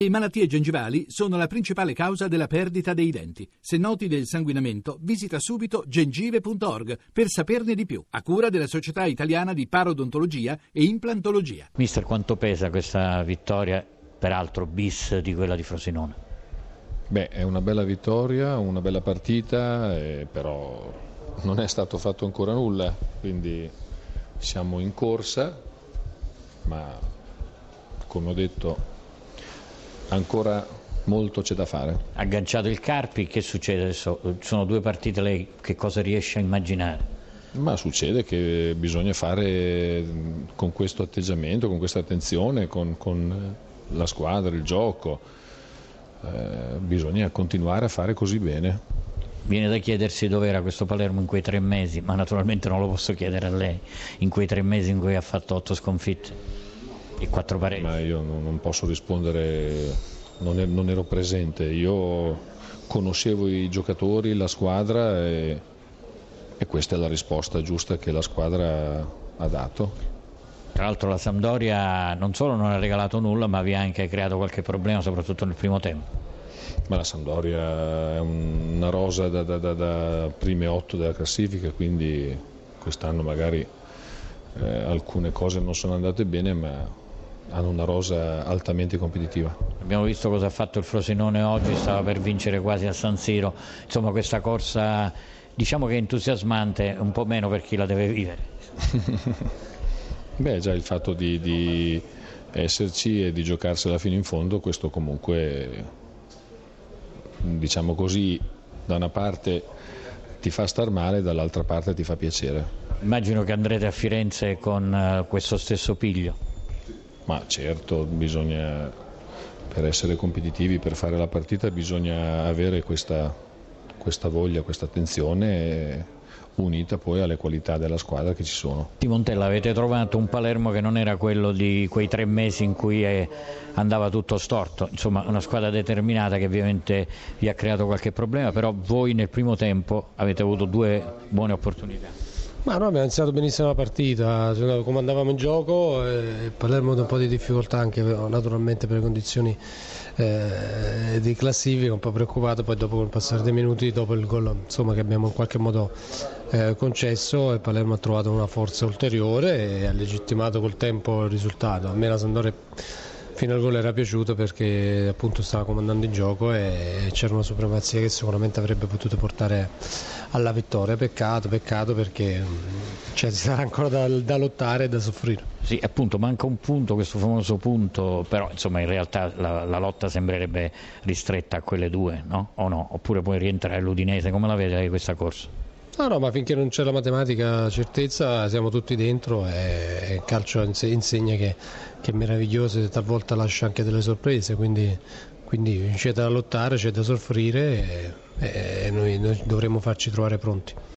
Le malattie gengivali sono la principale causa della perdita dei denti. Se noti del sanguinamento, visita subito gengive.org per saperne di più, a cura della Società Italiana di Parodontologia e Implantologia. Mister, quanto pesa questa vittoria, peraltro bis di quella di Frosinone? È una bella vittoria, una bella partita, però non è stato fatto ancora nulla, quindi siamo in corsa, ma come ho detto ancora molto c'è da fare. Agganciato il Carpi, che succede adesso? Sono 2 partite, lei che cosa riesce a immaginare? Ma succede che bisogna fare con questo atteggiamento, con questa attenzione, con la squadra, il gioco, bisogna continuare a fare così bene. Viene da chiedersi dove era questo Palermo in quei 3 mesi, ma naturalmente non lo posso chiedere a lei, in quei 3 mesi in cui ha fatto 8 sconfitte e 4 pareggi. Ma io non posso rispondere, non ero presente, io conoscevo i giocatori, la squadra e questa è la risposta giusta che la squadra ha dato. Tra l'altro la Sampdoria non solo non ha regalato nulla, ma vi ha anche creato qualche problema, soprattutto nel primo tempo. Ma la Sampdoria è una rosa da prime 8 della classifica, quindi quest'anno magari alcune cose non sono andate bene, ma hanno una rosa altamente competitiva. Abbiamo visto cosa ha fatto il Frosinone oggi, stava per vincere quasi a San Siro, insomma questa corsa diciamo che è entusiasmante, un po' meno per chi la deve vivere. Già il fatto di esserci e di giocarsela fino in fondo, questo comunque, diciamo così, da una parte ti fa star male, dall'altra parte ti fa piacere. Immagino che andrete a Firenze con questo stesso piglio. Ma certo, per essere competitivi, per fare la partita, bisogna avere questa voglia, questa attenzione unita poi alle qualità della squadra che ci sono. Di Montella, avete trovato un Palermo che non era quello di quei 3 mesi in cui andava tutto storto, insomma una squadra determinata che ovviamente vi ha creato qualche problema, però voi nel primo tempo avete avuto 2 buone opportunità. Ma noi abbiamo iniziato benissimo la partita, come andavamo in gioco, Palermo ha avuto un po' di difficoltà anche naturalmente per le condizioni di classifica, un po' preoccupato, poi dopo col passare dei minuti, dopo il gol insomma, che abbiamo in qualche modo concesso, e Palermo ha trovato una forza ulteriore e ha legittimato col tempo il risultato. A me la Sampdoria fino al gol era piaciuto perché appunto stava comandando il gioco e c'era una supremazia che sicuramente avrebbe potuto portare alla vittoria. Peccato perché ci sarà ancora da lottare e da soffrire. Sì, appunto, manca un punto, questo famoso punto, però insomma in realtà la lotta sembrerebbe ristretta a quelle 2, no? O no? Oppure puoi rientrare l'Udinese, come la vede questa corsa? No, ma finché non c'è la matematica certezza siamo tutti dentro e il calcio insegna che è meraviglioso e talvolta lascia anche delle sorprese, quindi c'è da lottare, c'è da soffrire e noi dovremo farci trovare pronti.